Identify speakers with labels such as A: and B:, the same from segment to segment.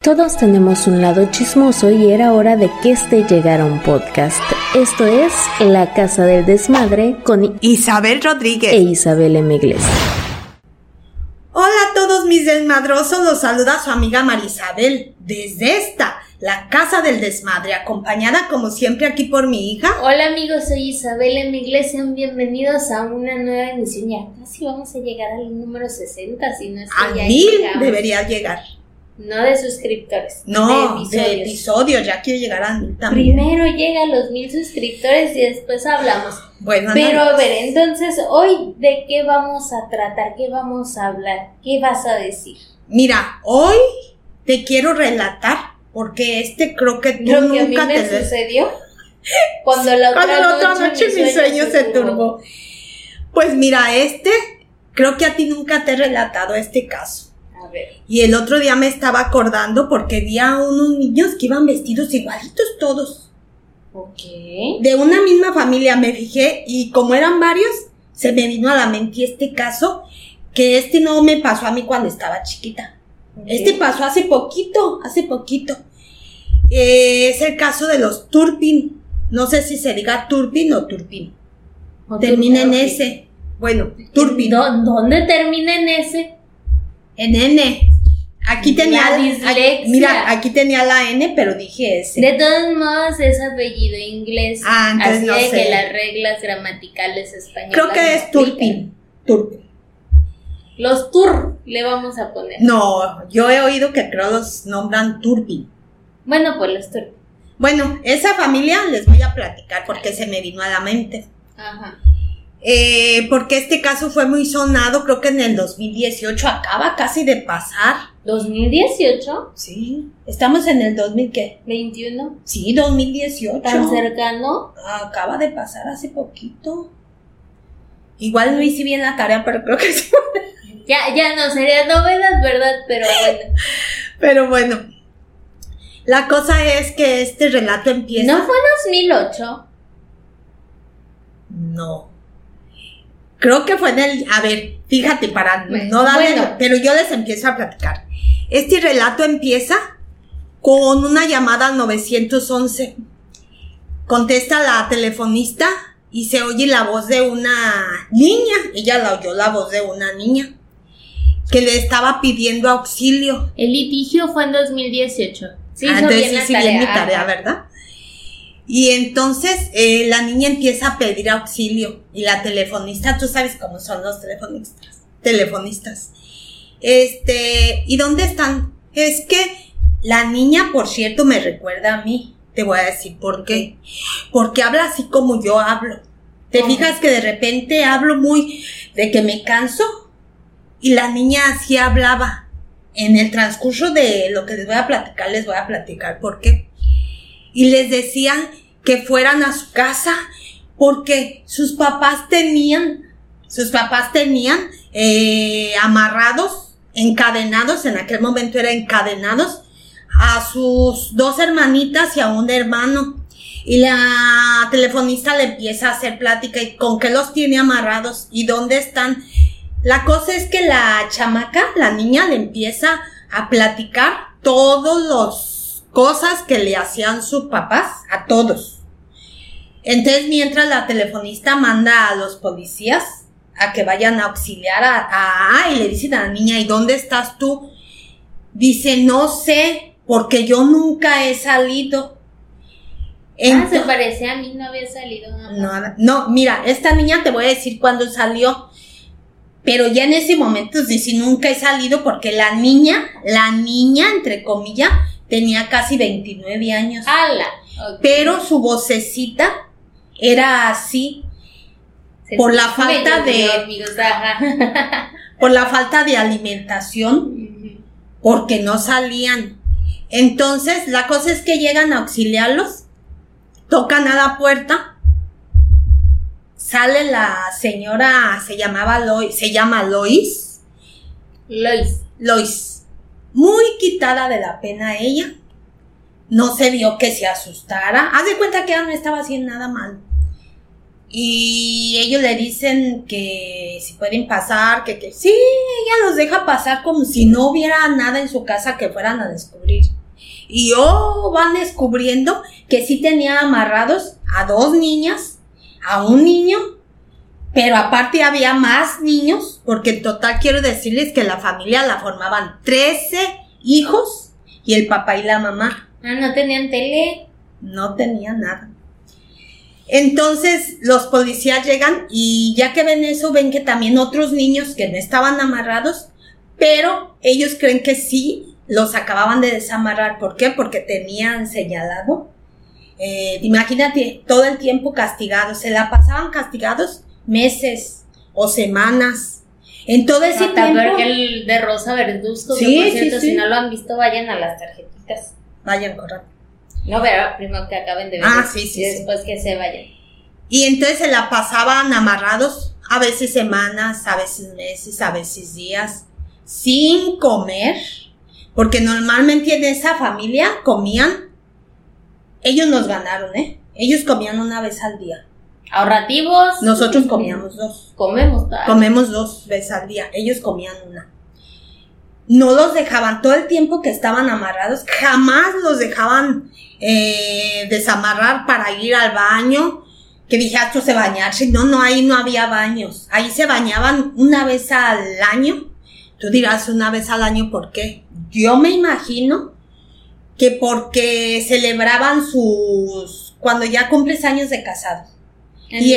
A: Todos tenemos un lado chismoso y era hora de que llegara un podcast. Esto es La Casa del Desmadre con
B: Isabel Rodríguez
A: e Isabel M. Iglesias.
B: Hola a todos mis desmadrosos, los saluda su amiga Marisabel desde La Casa del Desmadre, acompañada como siempre aquí por mi hija.
C: Hola amigos, soy Isabel M. Iglesias, bienvenidos a una nueva emisión. Ya casi vamos a llegar al número 60, si no es que
B: al
C: ya
B: 1000
C: llegamos.
B: Debería llegar.
C: No de suscriptores,
B: no,
C: de episodios.
B: Ya quiero llegar a 1000 también.
C: Primero llega a los 1000 suscriptores y después hablamos.
B: Bueno,
C: pero a ver, entonces hoy ¿de qué vamos a tratar? ¿Qué vamos a hablar? ¿Qué vas a decir?
B: Mira, hoy te quiero relatar, porque creo que tú
C: Lo
B: nunca
C: que a mí me sucedió cuando la otra noche
B: mi sueño se turbó. Pues mira, creo que a ti nunca te he relatado este caso.
C: A ver.
B: Y el otro día me estaba acordando porque vi a unos niños que iban vestidos igualitos todos.
C: Ok.
B: De una misma familia, me fijé, y como eran varios, se me vino a la mente este caso, que no me pasó a mí cuando estaba chiquita.
C: Okay.
B: Pasó hace poquito. Es el caso de los Turpin. No sé si se diga Turpin o Turpin. Termina en S. Bueno, Turpin.
C: ¿Dónde termina en S?
B: En N. Aquí tenía
C: dislexia.
B: aquí tenía la N, pero dije S.
C: De todos modos es apellido inglés.
B: Entonces
C: así
B: no
C: de
B: sé.
C: que las reglas gramaticales españolas.
B: Creo que es Turpin.
C: Los Tur le vamos a poner.
B: No, yo he oído que creo los nombran Turpin.
C: Bueno, pues los Tur.
B: Bueno, esa familia les voy a platicar porque se me vino a la mente.
C: Ajá.
B: Porque este caso fue muy sonado, creo que en el 2018, acaba casi de pasar.
C: ¿2018?
B: Sí, estamos en el 2000, ¿qué?
C: ¿21?
B: Sí, 2018.
C: ¿Tan cercano?
B: Acaba de pasar hace poquito. Igual no hice bien la tarea, pero creo que sí.
C: Ya no sería novedad, ¿verdad? Pero bueno.
B: Pero bueno, la cosa es que este relato empieza...
C: ¿No fue 2008?
B: No. Creo que fue en el... A ver, fíjate, para no darle...
C: Bueno.
B: Pero yo les empiezo a platicar. Este relato empieza con una llamada al 911. Contesta la telefonista y se oye la voz de una niña. Ella la oyó la voz de una niña que le estaba pidiendo auxilio.
C: El litigio fue en 2018. Sí,
B: entonces sí, bien mi tarea, ¿verdad? Y entonces la niña empieza a pedir auxilio y la telefonista, tú sabes cómo son los telefonistas. ¿Y dónde están? Es que la niña, por cierto, me recuerda a mí. Te voy a decir por qué. Porque habla así como yo hablo. ¿Te fijas que de repente hablo de que me canso? Y la niña así hablaba. En el transcurso de lo que les voy a platicar por qué. Y les decían que fueran a su casa porque sus papás tenían amarrados, encadenados, en aquel momento eran encadenados, a sus 2 hermanitas y a un hermano. Y la telefonista le empieza a hacer plática y con qué los tiene amarrados y dónde están. La cosa es que la chamaca, la niña, le empieza a platicar todos los cosas que le hacían sus papás a todos. Entonces, mientras la telefonista manda a los policías a que vayan a auxiliar y le dicen a la niña, ¿y dónde estás tú? Dice, no sé, porque yo nunca he salido.
C: Se parecía a mí, no había salido.
B: No, mira, esta niña te voy a decir cuándo salió. Pero ya en ese momento dice, nunca he salido porque la niña, entre comillas, tenía casi 29 años.
C: ¡Hala! Okay.
B: Pero su vocecita era así por la falta de alimentación, porque no salían. Entonces, la cosa es que llegan a auxiliarlos, tocan a la puerta, sale la señora, se llama Lois. Muy quitada de la pena ella. No se vio que se asustara. Haz de cuenta que ella no estaba haciendo nada mal. y ellos le dicen que si pueden pasar, que sí, ella los deja pasar como si no hubiera nada en su casa que fueran a descubrir. Y van descubriendo que sí tenía amarrados a 2 niñas, a un niño, pero aparte había más niños, porque en total quiero decirles que la familia la formaban 13 hijos y el papá y la mamá.
C: Ah, ¿no tenían tele?
B: No tenían nada. Entonces los policías llegan y ya que ven eso, ven que también otros niños que no estaban amarrados, pero ellos creen que sí los acababan de desamarrar. ¿Por qué? Porque tenían señalado. Imagínate, todo el tiempo castigados, se la pasaban castigados meses o semanas. En todo ese tiempo.
C: Ver que el de Rosa Verduzco,
B: sí,
C: que por cierto,
B: sí.
C: Si no lo han visto, vayan a las tarjetitas.
B: Vayan, correcto.
C: No, pero primero que acaben de ver.
B: Sí.
C: Y después que se vayan.
B: Y entonces se la pasaban amarrados, a veces semanas, a veces meses, a veces días, sin comer, porque normalmente en esa familia comían, ellos nos ganaron, ellos comían una vez al día.
C: Ahorrativos.
B: Nosotros comíamos 2. Comemos 2 veces al día, ellos comían una. No los dejaban, todo el tiempo que estaban amarrados, jamás los dejaban desamarrar para ir al baño, que dije, esto se bañarse. No, ahí no había baños, ahí se bañaban una vez al año. Tú dirás, una vez al año, ¿por qué? Yo me imagino que porque celebraban cuando ya cumples años de casado. Y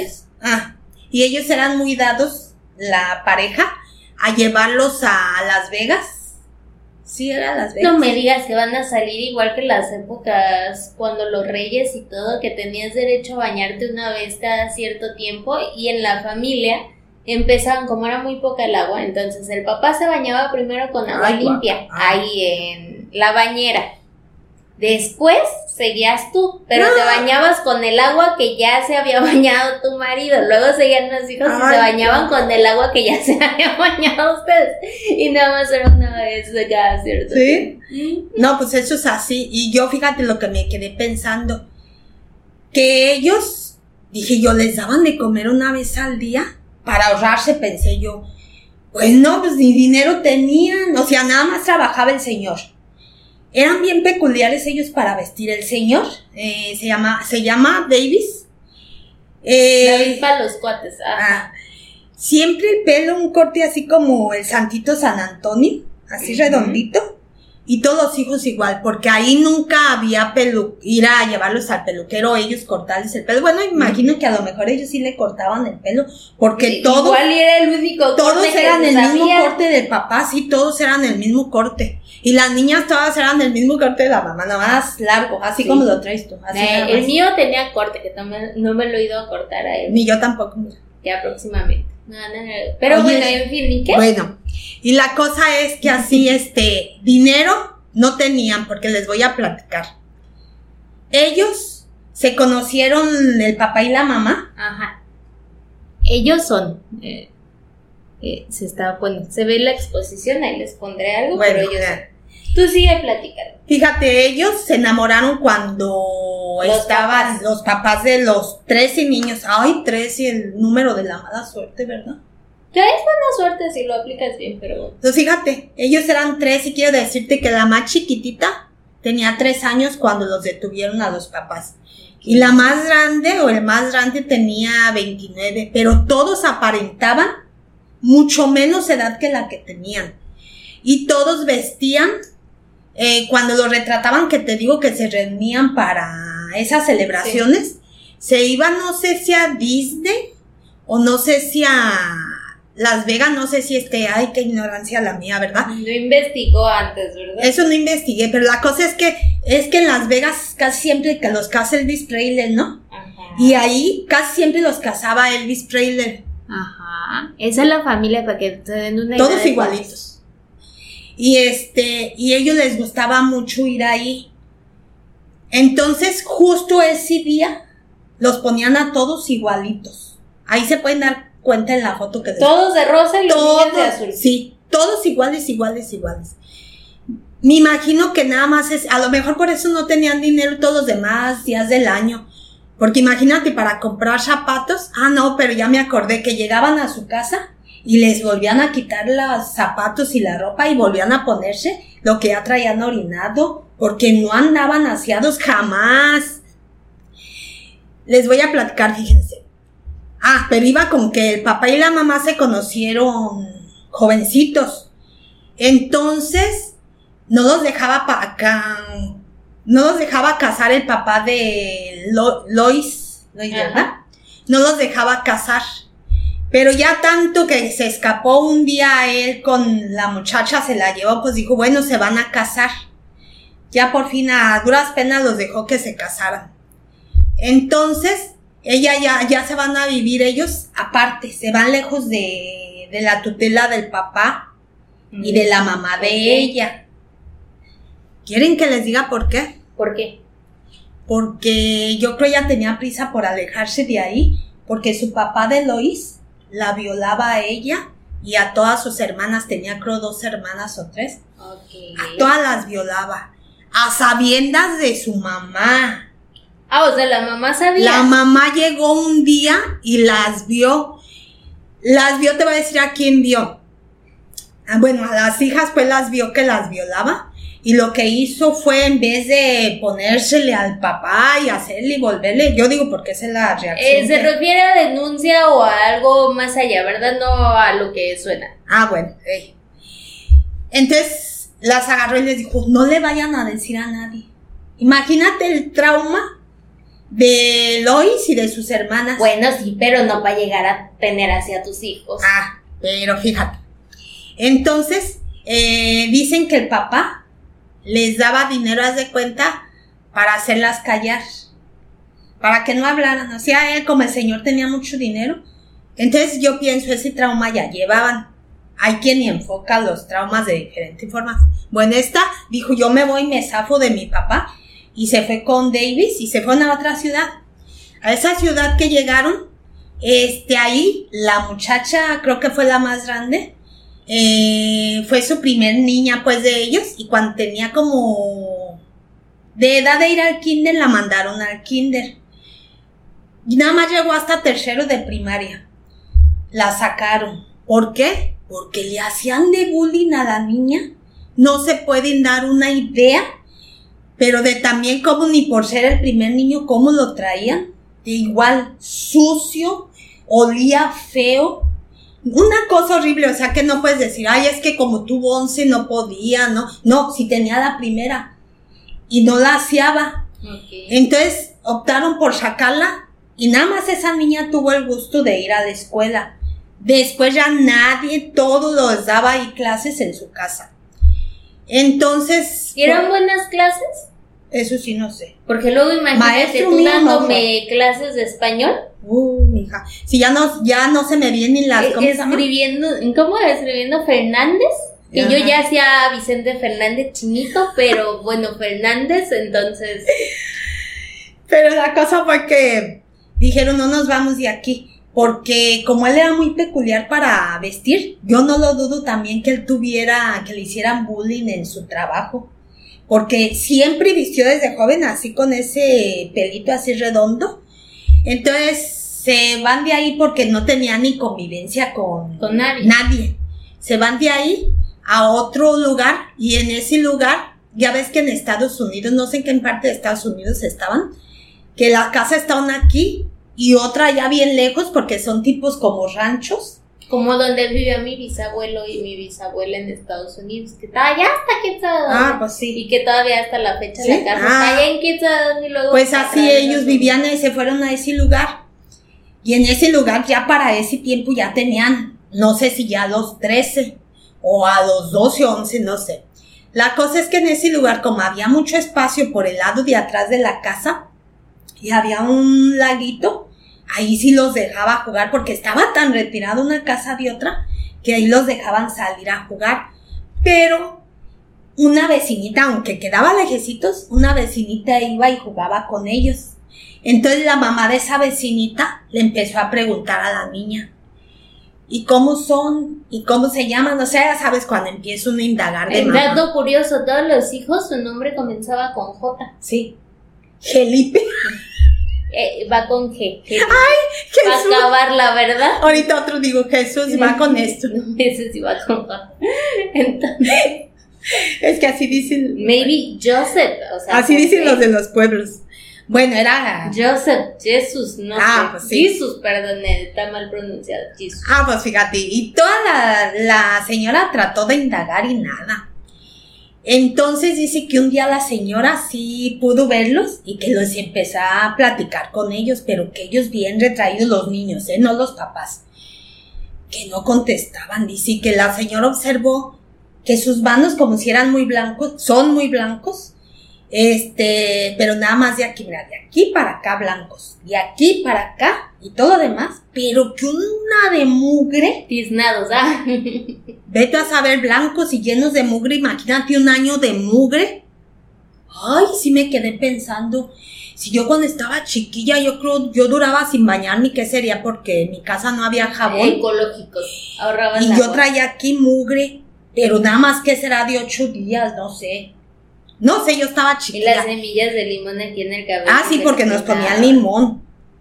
B: ellos eran muy dados, la pareja, a llevarlos a Las Vegas. Sí, era Las Vegas.
C: No me digas que van a salir igual que las épocas cuando los reyes y todo, que tenías derecho a bañarte una vez cada cierto tiempo, y en la familia empezaban, como era muy poca el agua, entonces el papá se bañaba primero con agua limpia, ahí en la bañera. Después seguías tú, pero te bañabas con el agua que ya se había bañado tu marido. Luego seguían los hijos y se bañaban con el agua que ya se había bañado ustedes. Y nada más era una vez de cada cierto tiempo.
B: No, pues eso es así. Y yo, fíjate lo que me quedé pensando, que ellos, dije yo, les daban de comer una vez al día para ahorrarse, pensé yo. Pues no, pues ni dinero tenían, o sea, nada más trabajaba el señor. Eran bien peculiares ellos para vestir. El señor se llama Davis.
C: Davis para los cuates.
B: Siempre el pelo, un corte así como el Santito San Antonio, así redondito. Y todos los hijos igual, porque ahí nunca había ir a llevarlos al peluquero, ellos cortarles el pelo. Bueno, imagino que a lo mejor ellos sí le cortaban el pelo, porque todos.
C: Igual era el único corte.
B: Todos eran el mismo corte del papá, sí, todos eran el mismo corte. Y las niñas todas eran del mismo corte de la mamá, nada más largo, así como lo traes tú. Así
C: el mío tenía corte, que no me lo he ido a cortar a él.
B: Ni yo tampoco.
C: Ya próximamente. No. Pero bueno, en fin, ¿y qué?
B: Bueno, y la cosa es que así, dinero no tenían, porque les voy a platicar. Ellos se conocieron, el papá y la mamá.
C: Ajá. Ellos son, se ve la exposición, ahí les pondré algo,
B: bueno,
C: pero ellos son. Tú sigue platicando.
B: Fíjate, ellos se enamoraron cuando estaban los papás de los 13 niños. Ay, 13, el número de la mala suerte, ¿verdad?
C: Ya es buena suerte si lo aplicas bien, pero...
B: Entonces, fíjate, ellos eran 3 y quiero decirte que la más chiquitita tenía 3 años cuando los detuvieron a los papás. Y la más grande o el más grande tenía 29, pero todos aparentaban mucho menos edad que la que tenían. Y todos vestían... cuando lo retrataban, que te digo que se reunían para esas celebraciones, se iban, no sé si a Disney o no sé si a Las Vegas, no sé si ay, qué ignorancia la mía, ¿verdad?
C: No investigó antes, ¿verdad?
B: Eso no investigué, pero la cosa es que en Las Vegas casi siempre que los casa Elvis Presley, ¿no? Ajá. Y ahí casi siempre los casaba Elvis Presley.
C: Ajá. Esa es la familia, para que te den una idea.
B: Todos igualitos. Y y ellos les gustaba mucho ir ahí. Entonces, justo ese día, los ponían a todos igualitos. Ahí se pueden dar cuenta en la foto que...
C: Todos de rosa y los niños de azul.
B: Sí, todos iguales. Me imagino que nada más a lo mejor por eso no tenían dinero todos los demás días del año. Porque imagínate, para comprar zapatos, no, pero ya me acordé que llegaban a su casa y les volvían a quitar los zapatos y la ropa y volvían a ponerse lo que ya traían orinado, porque no andaban aseados jamás. Les voy a platicar, fíjense. Pero iba con que el papá y la mamá se conocieron jovencitos. Entonces, no los dejaba casar el papá de Lois, ¿verdad? No los dejaba casar. Pero ya tanto que se escapó un día él con la muchacha, se la llevó, pues dijo, bueno, se van a casar. Ya por fin a duras penas los dejó que se casaran. Entonces, ella ya se van a vivir ellos aparte, se van lejos de la tutela del papá y de la mamá de ella. ¿Quieren que les diga por qué?
C: ¿Por qué?
B: Porque yo creo ella tenía prisa por alejarse de ahí, porque su papá de Lois la violaba a ella y a todas sus hermanas, tenía creo 2 hermanas o 3.
C: Okay.
B: A todas las violaba, a sabiendas de su mamá.
C: O sea, la mamá sabía.
B: La mamá llegó un día y las vio. Te voy a decir a quién vio. Bueno, a las hijas pues las vio que las violaba. Y lo que hizo fue, en vez de ponérsele al papá y hacerle y volverle, yo digo porque esa es la reacción.
C: Se refiere a denuncia o a algo más allá, ¿verdad? No a lo que suena.
B: Bueno. Entonces las agarró y les dijo, no le vayan a decir a nadie. Imagínate el trauma de Lois y de sus hermanas.
C: Bueno, sí, pero no para llegar a tener hacia tus hijos.
B: Pero fíjate. Entonces, dicen que el papá les daba dinero, haz de cuenta, para hacerlas callar, para que no hablaran. O sea, él, como el señor tenía mucho dinero, entonces yo pienso, ese trauma ya llevaban. Hay quien enfoca los traumas de diferentes formas. Bueno, esta dijo, yo me voy, me zafo de mi papá, y se fue con Davis y se fue a otra ciudad. A esa ciudad que llegaron, ahí la muchacha, creo que fue la más grande, fue su primer niña pues de ellos, y cuando tenía como de edad de ir al kinder, la mandaron al kinder y nada más llegó hasta 3º de primaria, la sacaron. ¿Por qué? Porque le hacían de bullying a la niña. No se pueden dar una idea, pero de también cómo, ni por ser el primer niño, cómo lo traían, de igual sucio, olía feo. Una cosa horrible, o sea que no puedes decir, es que como tuvo 11 no podía, no, si tenía la primera y no la aseaba.
C: Okay.
B: Entonces optaron por sacarla y nada más esa niña tuvo el gusto de ir a la escuela. Después ya nadie, todos los daba ahí clases en su casa. Entonces...
C: ¿Y eran buenas clases?
B: Eso sí no sé.
C: Porque luego imagínate tú dándome clases de español.
B: Mija. Si ya no se me vienen las...
C: Escribiendo Fernández. Que yo ya hacía Vicente Fernández chinito, pero bueno, Fernández, entonces...
B: Pero la cosa fue que dijeron, no nos vamos de aquí. Porque como él era muy peculiar para vestir, yo no lo dudo también que él que le hicieran bullying en su trabajo. Porque siempre vistió desde joven así, con ese pelito así redondo. Entonces se van de ahí porque no tenía ni convivencia con nadie. Se van de ahí a otro lugar, y en ese lugar, ya ves que en Estados Unidos, no sé en qué parte de Estados Unidos estaban, que la casa está una aquí y otra allá bien lejos, porque son tipos como ranchos.
C: Como donde vivió mi bisabuelo y mi bisabuela en Estados Unidos, que estaba allá hasta Quetzalcoatl.
B: Pues sí.
C: Y que todavía hasta la fecha
B: ¿Sí?
C: la casa está allá en Quetzalcoatl y luego...
B: Pues así ellos vivían y se fueron a ese lugar. Y en ese lugar ya para ese tiempo ya tenían, no sé si ya a los 13 o a los 12 o 11, no sé. La cosa es que en ese lugar, como había mucho espacio por el lado de atrás de la casa y había un laguito, ahí sí los dejaba jugar, porque estaba tan retirada una casa de otra que ahí los dejaban salir a jugar. Pero una vecinita, aunque quedaba lejecitos, una vecinita iba y jugaba con ellos. Entonces la mamá de esa vecinita le empezó a preguntar a la niña, ¿y cómo son? ¿Y cómo se llaman? O sea, ya sabes, cuando empieza uno a indagar de mamá.
C: Dato curioso, todos los hijos, su nombre comenzaba con J.
B: Sí. Felipe.
C: Va con G.
B: Jesús.
C: Va a acabar la verdad.
B: Ahorita otro digo, Jesús va con esto.
C: Ese sí va con J. Entonces,
B: es que así dicen.
C: Maybe Joseph, o sea.
B: Así dicen los de los pueblos. Bueno, era
C: Joseph, Jesús, no sé.
B: Pues sí.
C: Jesús, perdón, está mal pronunciado. Jesús.
B: Pues fíjate, y toda la señora trató de indagar y nada. Entonces dice que un día la señora sí pudo verlos y que los empezó a platicar con ellos, pero que ellos bien retraídos los niños, no los papás, que no contestaban. Dice que la señora observó que sus manos como si eran muy blancos, son muy blancos, pero nada más de aquí, mira, de aquí para acá blancos, de aquí para acá y todo lo demás, pero que una de mugre.
C: Tiznados,
B: Vete a saber, blancos y llenos de mugre, imagínate un año de mugre. Ay, sí me quedé pensando, si yo cuando estaba chiquilla, yo creo, yo duraba sin bañarme, ¿qué sería? Porque en mi casa no había jabón.
C: Ecológicos, ahorraban
B: y
C: agua.
B: yo traía aquí mugre, pero nada más que será de 8 días, no sé, yo estaba chiquilla.
C: Y las semillas de limón aquí en el cabello.
B: Sí, porque nos ponían limón.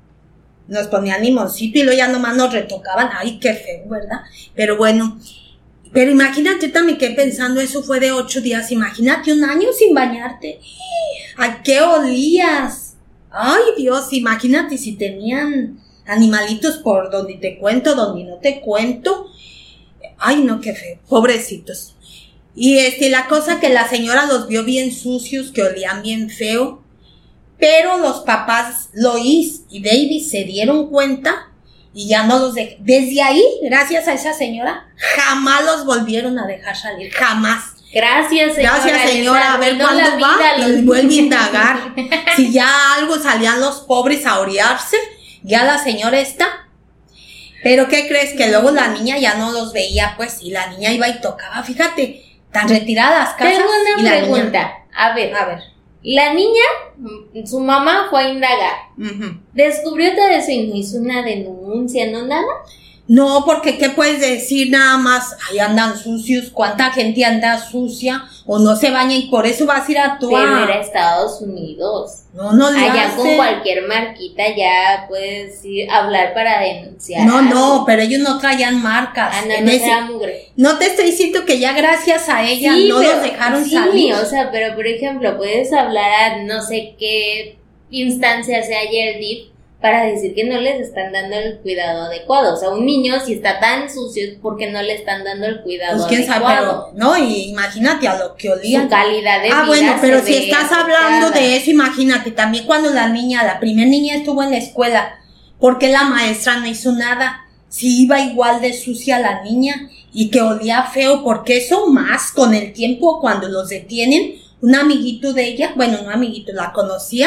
B: Nos ponían limoncito y luego ya nomás nos retocaban. Ay, qué feo, ¿verdad? Pero bueno, pero imagínate, yo también quedé pensando, eso fue de 8 días. Imagínate un año sin bañarte. ¿A qué olías? Ay, Dios, imagínate si tenían animalitos por donde te cuento, donde no te cuento. Ay, no, qué feo, pobrecitos. Y la cosa que la señora los vio bien sucios, que olían bien feo, pero los papás, Lois y David, se dieron cuenta y ya no los dejaron. Desde ahí, gracias a esa señora, jamás los volvieron a dejar salir, jamás.
C: Gracias, señora.
B: Gracias, señora. A ver cuándo va, los vuelve a indagar. Si ya algo salían los pobres a orearse, ya la señora está. Pero ¿qué crees? Que luego la niña ya no los veía, pues, y la niña iba y tocaba, fíjate, tan retiradas casas.
C: Tengo una pregunta.
B: Niña,
C: a ver. La niña, su mamá fue a indagar. Descubrió todo eso y no hizo una denuncia, ¿no? Nada.
B: No, porque ¿qué puedes decir nada más? Ahí andan sucios, ¿cuánta gente anda sucia? O no se baña y por eso vas a ir a tu...
C: Pero era Estados Unidos.
B: No le
C: allá
B: hace.
C: Con cualquier marquita ya puedes ir a hablar para denunciar.
B: No, pero ellos no traían marcas.
C: Mugre.
B: No te estoy diciendo que ya gracias a ella no los dejaron salir.
C: O sea, pero por ejemplo, puedes hablar a no sé qué instancia sea ayer DIF para decir que no les están dando el cuidado adecuado. O sea, un niño si está tan sucio es porque no le están dando el cuidado
B: quién
C: adecuado.
B: Sabe, pero no, y imagínate a lo que olían.
C: Su calidad de vida.
B: Bueno, pero si estás
C: afectada.
B: hablando de eso, imagínate, también cuando la primer niña estuvo en la escuela, ¿por qué la maestra no hizo nada? Si iba igual de sucia la niña y que olía feo, porque eso más con el tiempo cuando los detienen, un amiguito de ella, bueno, no amiguito, la conocía,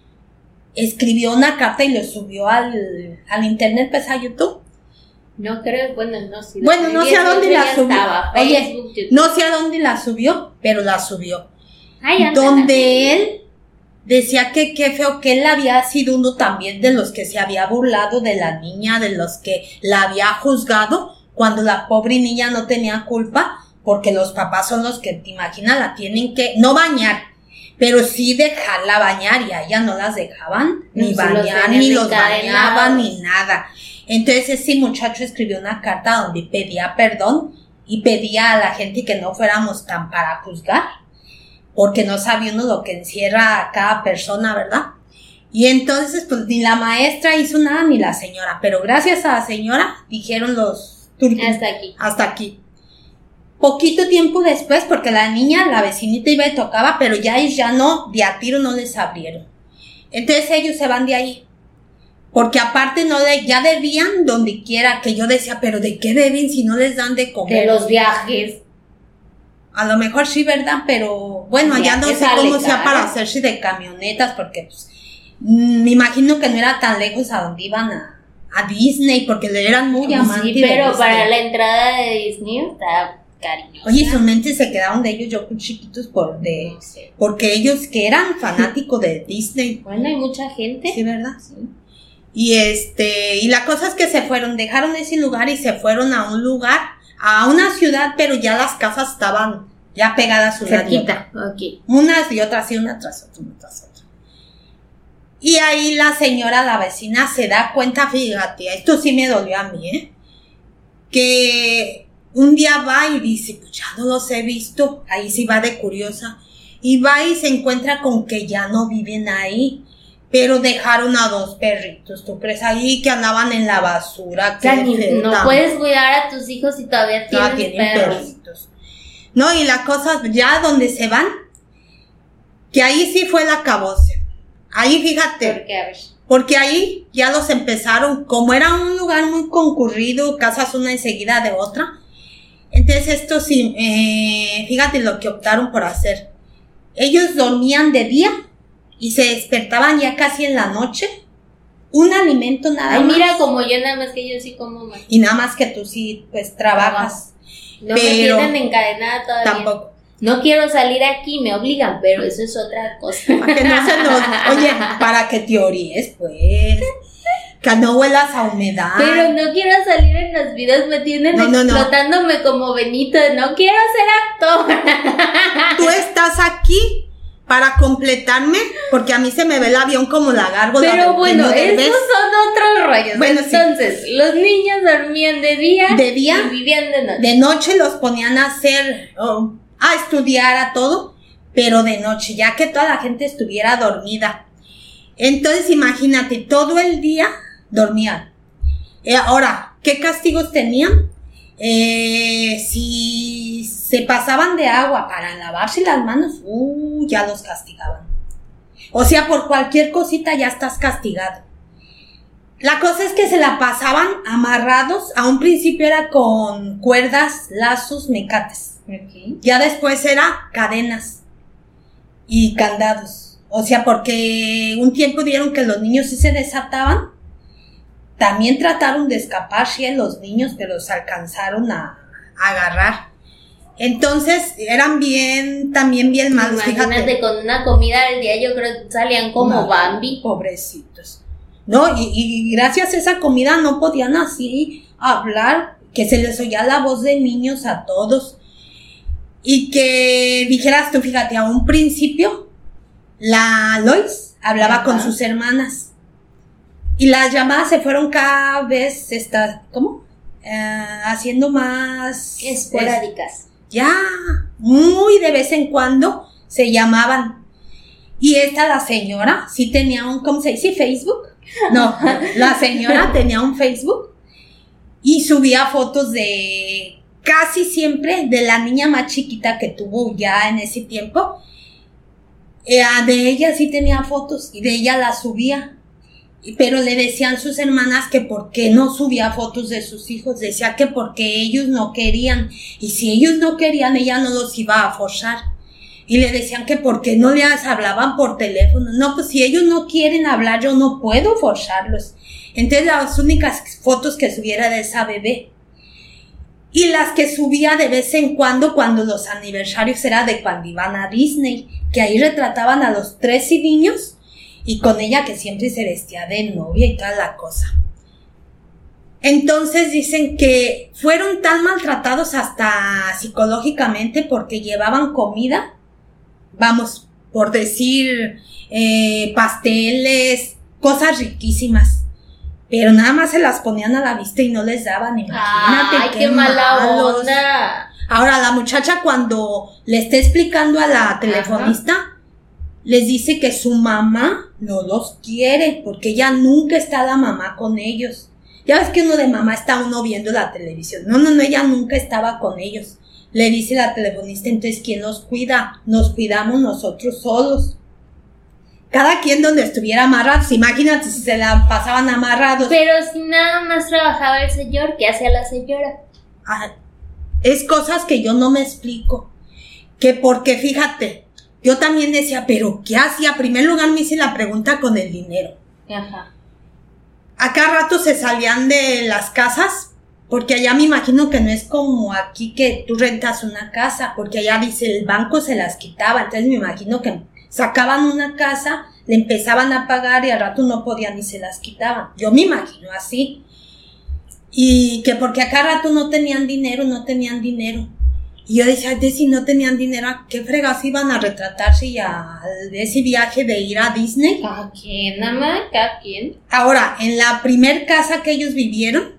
B: escribió una carta y lo subió al internet, pues a YouTube.
C: No creo, bueno, no sé.
B: Bueno, no sé a dónde la subió.
C: Facebook,
B: Oye, no sé a dónde la subió, pero la subió.
C: Ay,
B: donde él decía que qué feo que él había sido uno también de los que se había burlado de la niña, de los que la había juzgado, cuando la pobre niña no tenía culpa, porque los papás son los que, te imaginas, la tienen que, no bañar, pero sí dejarla bañar, y a ella no las dejaban ni bañar, ni los bañaban, ni nada. Entonces ese muchacho escribió una carta donde pedía perdón y pedía a la gente que no fuéramos tan para juzgar, porque no sabe uno lo que encierra a cada persona, ¿verdad? Y entonces pues ni la maestra hizo nada ni la señora, pero gracias a la señora dijeron los turcos. Hasta aquí. Poquito tiempo después, porque la niña, la vecinita iba y tocaba, pero ya no, de a tiro no les abrieron. Entonces ellos se van de ahí. Porque aparte ya debían donde quiera, que yo decía, pero ¿de qué deben si no les dan de comer?
C: De los viajes.
B: A lo mejor sí, ¿verdad? Pero bueno, allá no sé cómo sea para hacerse de camionetas, porque pues, me imagino que no era tan lejos a donde iban a Disney, porque eran muy amantes.
C: Sí, pero para la entrada de Disney está cariñosa.
B: Oye, sus mentes se quedaron de ellos, yo chiquitos,
C: no sé.
B: porque ellos que eran fanáticos de Disney.
C: Bueno, hay mucha gente.
B: Sí, ¿verdad? Sí. Y la cosa es que se fueron, dejaron ese lugar y se fueron a un lugar, a una ciudad, pero ya las casas estaban ya pegadas una
C: cerquita, ok.
B: Unas y otras, y una tras otra, una tras otra. Y ahí la señora, la vecina, se da cuenta, fíjate, esto sí me dolió a mí, que un día va y dice, pues ya no los he visto, ahí sí va de curiosa, y va y se encuentra con que ya no viven ahí, pero dejaron a 2 perritos, ¿tú crees? Ahí que andaban en la basura.
C: O sea, no puedes cuidar a tus hijos si todavía tienen perros.
B: No, y la cosa, ya donde se van, que ahí sí fue el acabose. Ahí fíjate.
C: ¿Por qué? A ver.
B: Porque ahí ya los empezaron, como era un lugar muy concurrido, casas una enseguida de otra. Entonces esto sí, fíjate lo que optaron por hacer. Ellos dormían de día y se despertaban ya casi en la noche. Un alimento nada más.
C: Ay, mira, como yo, nada más que yo sí como más.
B: Y nada más que tú sí, pues, trabajas.
C: No pero me tienen encadenada todavía.
B: Tampoco.
C: No quiero salir aquí, me obligan, pero eso es otra cosa.
B: Para que no se nos... Oye, para que te oríes, pues. Que no huelas a humedad.
C: Pero no quiero salir en los videos, me tienen explotándome como Benito. No quiero ser actor.
B: Tú estás aquí para completarme, porque a mí se me ve el avión como la gárgola.
C: Pero bueno, esos son otros rollos.
B: Bueno,
C: entonces, sí. Los niños dormían de día y vivían de noche.
B: De noche los ponían a hacer... a estudiar, a todo, pero de noche, ya que toda la gente estuviera dormida. Entonces, imagínate, todo el día dormían. Ahora, ¿qué castigos tenían? Si se pasaban de agua para lavarse las manos, ya los castigaban. O sea, por cualquier cosita ya estás castigado. La cosa es que se la pasaban amarrados, a un principio era con cuerdas, lazos, mecates.
C: Okay.
B: Ya después era cadenas y candados. O sea, porque un tiempo vieron que los niños sí se desataban. También trataron de escapar, sí, los niños, pero se alcanzaron a agarrar. Entonces, eran también bien malos.
C: Imagínate, fíjate. Con una comida al día, yo creo que salían como Bambi.
B: Pobrecitos. No, y gracias a esa comida no podían así hablar, que se les oía la voz de niños a todos. Y que dijeras tú, fíjate, a un principio, la Lois hablaba con sus hermanas. Y las llamadas se fueron cada vez, haciendo más...
C: esporádicas.
B: Ya, muy de vez en cuando se llamaban. Y la señora, sí tenía ¿cómo se dice? ¿Facebook? No, la señora tenía un Facebook y subía fotos de... casi siempre de la niña más chiquita que tuvo ya en ese tiempo. De ella sí tenía fotos y de ella las subía. Pero le decían sus hermanas que por qué no subía fotos de sus hijos. Decía que porque ellos no querían. Y si ellos no querían, ella no los iba a forzar. Y le decían que por qué no les hablaban por teléfono. No, pues si ellos no quieren hablar, yo no puedo forzarlos. Entonces las únicas fotos que subiera de esa bebé. Y las que subía de vez en cuando los aniversarios era de cuando iban a Disney, que ahí retrataban a los 13 niños y con ella que siempre se vestía de novia y toda la cosa. Entonces dicen que fueron tan maltratados hasta psicológicamente porque llevaban comida, vamos, por decir, pasteles, cosas riquísimas. Pero nada más se las ponían a la vista y no les daban, imagínate.
C: ¡Ay, qué mala onda!
B: Ahora, la muchacha cuando le está explicando a la telefonista, les dice que su mamá no los quiere, porque ella nunca está la mamá con ellos. Ya ves que uno de mamá está viendo la televisión. No, ella nunca estaba con ellos. Le dice la telefonista, entonces, ¿quién nos cuida? Nos cuidamos nosotros solos. Cada quien donde estuviera amarrados, imagínate si se la pasaban amarrados.
C: Pero si nada más trabajaba el señor, ¿qué hacía la señora?
B: Es cosas que yo no me explico. Que porque, fíjate, yo también decía, ¿pero qué hacía? En primer lugar me hice la pregunta con el dinero.
C: Ajá.
B: A cada rato se salían de las casas, porque allá me imagino que no es como aquí que tú rentas una casa, porque allá dice el banco se las quitaba, entonces me imagino que sacaban una casa, le empezaban a pagar y al rato no podían y se las quitaban. Yo me imagino así. Y que porque a cada rato no tenían dinero. Y yo decía, de si no tenían dinero, ¿a qué fregas iban a retratarse y a ese viaje de ir a Disney?
C: ¿A quién, mamá? ¿A quién?
B: Ahora, en la primer casa que ellos vivieron,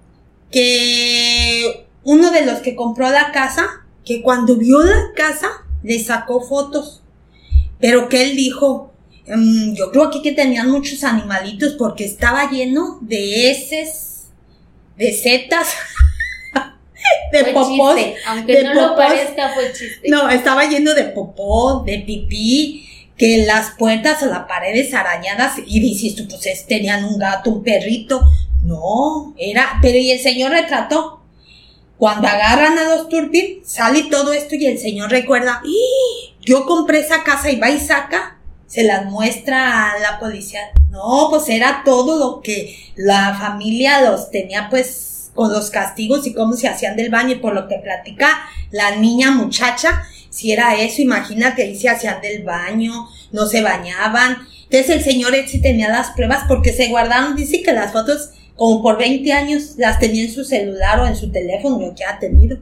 B: que uno de los que compró la casa, que cuando vio la casa, le sacó fotos, pero que él dijo, yo creo aquí que tenían muchos animalitos porque estaba lleno de heces, de setas, de
C: fue
B: popós,
C: chiste. Aunque no lo parezca, fue chiste.
B: No, estaba lleno de popó, de pipí, que las puertas o las paredes arañadas, y dices tú, pues tenían un gato, un perrito. No, pero y el señor retrató. Cuando agarran a los Turpin, sale todo esto y el señor recuerda, yo compré esa casa, y va y saca, se las muestra a la policía. No, pues era todo lo que la familia los tenía, pues, con los castigos y cómo se hacían del baño, y por lo que platica la niña muchacha, si era eso, imagínate, ahí se hacían del baño, no se bañaban. Entonces el señor sí tenía las pruebas porque se guardaron, dice que las fotos como por 20 años las tenía en su celular o en su teléfono, lo que ha tenido.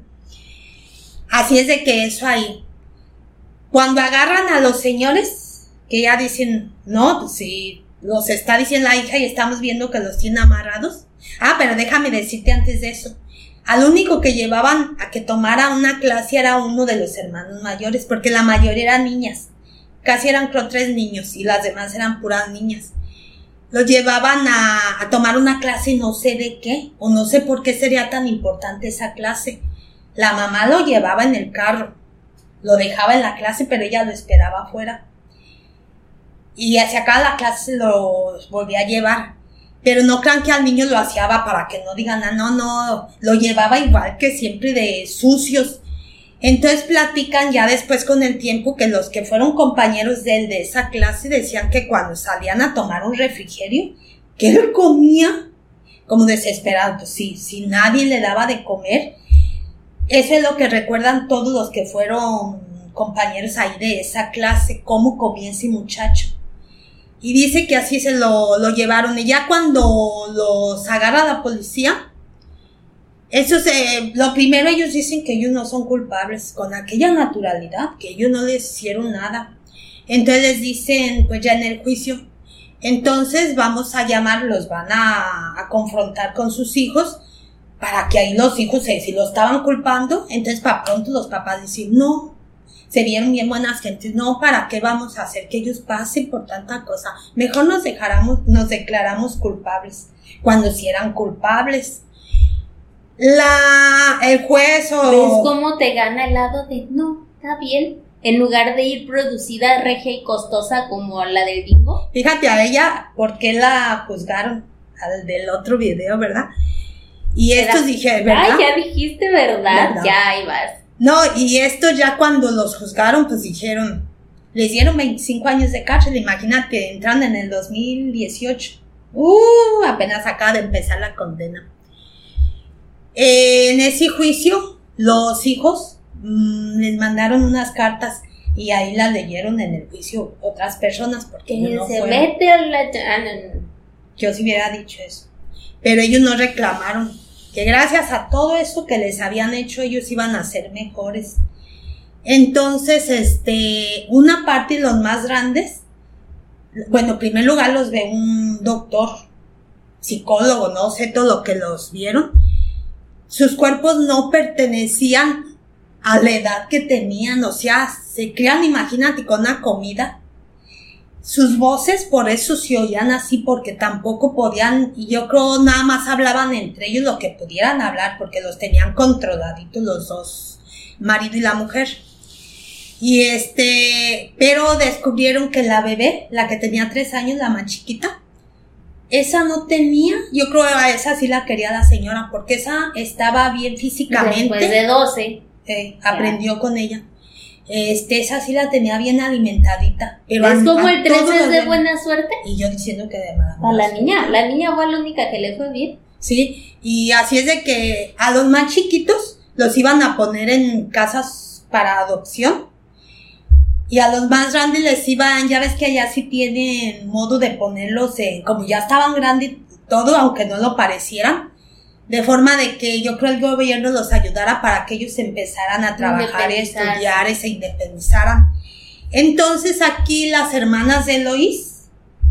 B: Así es de que eso ahí. Cuando agarran a los señores, que ya dicen, no, pues sí, los está diciendo la hija y estamos viendo que los tiene amarrados. Pero déjame decirte antes de eso. Al único que llevaban a que tomara una clase era uno de los hermanos mayores, porque la mayoría eran niñas. Casi eran 3 niños y las demás eran puras niñas. Los llevaban a tomar una clase no sé de qué, o no sé por qué sería tan importante esa clase. La mamá lo llevaba en el carro, lo dejaba en la clase, pero ella lo esperaba afuera. Y hacia acá la clase lo volvía a llevar. Pero no crean que al niño lo hacía para que no digan, no, lo llevaba igual que siempre de sucios. Entonces platican ya después con el tiempo que los que fueron compañeros de él de esa clase decían que cuando salían a tomar un refrigerio, que él comía como desesperado, pues sí, si nadie le daba de comer. Eso es lo que recuerdan todos los que fueron compañeros ahí de esa clase, cómo comía ese muchacho. Y dice que así se lo llevaron. Y ya cuando los agarra la policía, lo primero ellos dicen que ellos no son culpables, con aquella naturalidad, que ellos no les hicieron nada. Entonces les dicen, pues ya en el juicio, entonces vamos a llamarlos, van a confrontar con sus hijos, para que ahí los hijos, si lo estaban culpando, entonces para pronto los papás dicen, no, se vieron bien buenas gentes, no, ¿para qué vamos a hacer que ellos pasen por tanta cosa? Mejor nos declaramos culpables, cuando sí eran culpables. El juez
C: ¿Ves cómo te gana el lado de, no, está bien, en lugar de ir producida, regia y costosa como la del bingo?
B: Fíjate a ella, ¿por qué la juzgaron? Al del otro video, ¿verdad? Y estos dije, ¿verdad?
C: Ya dijiste, ¿verdad? Ya, ahí vas.
B: No, y esto ya cuando los juzgaron, pues dijeron, les dieron 25 años de cárcel, imagínate, entrando en el 2018. Apenas acaba de empezar la condena. En ese juicio, los hijos les mandaron unas cartas y ahí las leyeron en el juicio otras personas, porque no
C: se
B: fueron.
C: mete a la...
B: Yo sí hubiera dicho eso. Pero ellos no reclamaron, que gracias a todo eso que les habían hecho, ellos iban a ser mejores. Entonces, una parte, los más grandes, bueno, en primer lugar los ve un doctor, psicólogo, no sé todo lo que los vieron. Sus cuerpos no pertenecían a la edad que tenían, o sea, se crean, imagínate, con una comida. Sus voces por eso se oían así, porque tampoco podían, y yo creo nada más hablaban entre ellos lo que pudieran hablar, porque los tenían controladitos los dos, marido y la mujer. Y pero descubrieron que la bebé, la que tenía 3 años, la más chiquita, esa no tenía, yo creo a esa sí la quería la señora, porque esa estaba bien físicamente.
C: Después de 12.
B: Aprendió con ella. Esa sí la tenía bien alimentadita. Pero
C: ¿es como el 3 es de buena suerte?
B: Y yo diciendo que de mala
C: suerte. La niña fue la única que le fue bien.
B: Sí, y así es de que a los más chiquitos los iban a poner en casas para adopción. Y a los más grandes les iban, ya ves que allá sí tienen modo de ponerlos como ya estaban grandes todo, aunque no lo parecieran, de forma de que yo creo el gobierno los ayudara para que ellos empezaran a trabajar y estudiar y se independizaran. Entonces aquí las hermanas de Eloís,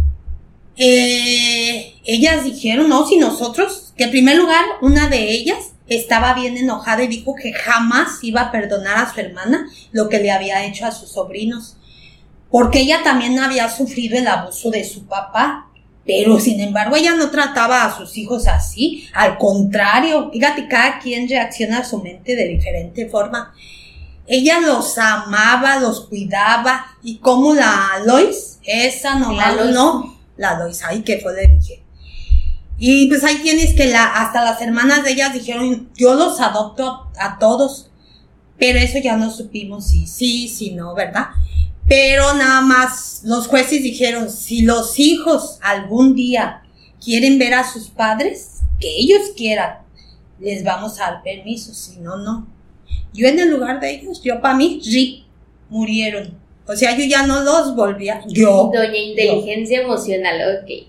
B: ellas dijeron, no, si nosotros, que en primer lugar una de ellas estaba bien enojada y dijo que jamás iba a perdonar a su hermana lo que le había hecho a sus sobrinos, porque ella también había sufrido el abuso de su papá, pero sin embargo ella no trataba a sus hijos así, al contrario, fíjate, cada quien reacciona a su mente de diferente forma. Ella los amaba, los cuidaba, y como la Lois, esa nomás no, la Lois, ay, ¿qué fue? Le dije. Y pues ahí tienes que hasta las hermanas de ellas dijeron, yo los adopto a todos, pero eso ya no supimos si sí, si no, ¿verdad? Pero nada más los jueces dijeron, si los hijos algún día quieren ver a sus padres, que ellos quieran, les vamos a dar permiso, si no, no. Yo en el lugar de ellos, yo para mí, murieron. O sea, yo ya no los volvía,
C: Doña Inteligencia Emocional, ok.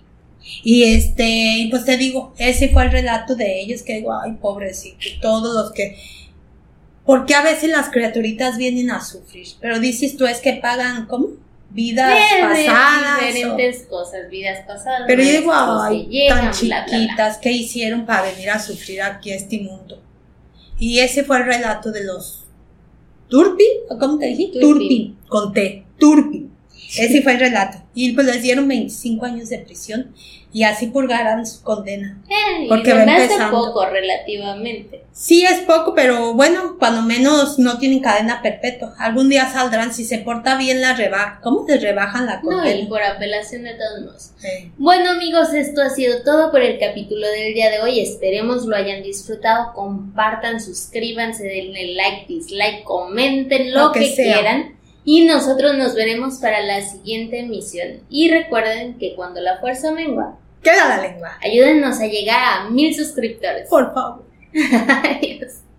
B: Y pues te digo, ese fue el relato de ellos, que digo, ay, pobrecito, todos los que, porque a veces las criaturitas vienen a sufrir, pero dices tú, es que pagan, ¿cómo? Vidas pasadas.
C: Diferentes cosas, vidas pasadas.
B: Pero yo digo, ay,
C: llegan,
B: tan chiquitas,
C: bla, bla, bla.
B: ¿Qué hicieron para venir a sufrir aquí a este mundo? Y ese fue el relato de los Turpin, ¿cómo te dije? Turpin, con T, Turpin. Ese fue el relato. Y pues les dieron 25 años de prisión y así purgarán su condena.
C: Porque va empezando. Poco relativamente.
B: Sí, es poco, pero bueno, cuando menos no tienen cadena perpetua. Algún día saldrán, si se porta bien la rebaja. ¿Cómo te rebajan la condena?
C: No, y por apelación de todos modos. Sí. Bueno, amigos, esto ha sido todo por el capítulo del día de hoy. Esperemos lo hayan disfrutado. Compartan, suscríbanse, denle like, dislike, comenten lo que quieran. Y nosotros nos veremos para la siguiente emisión. Y recuerden que cuando la fuerza mengua,
B: queda la lengua.
C: Ayúdennos a llegar a 1000 suscriptores.
B: Por favor.
C: Adiós.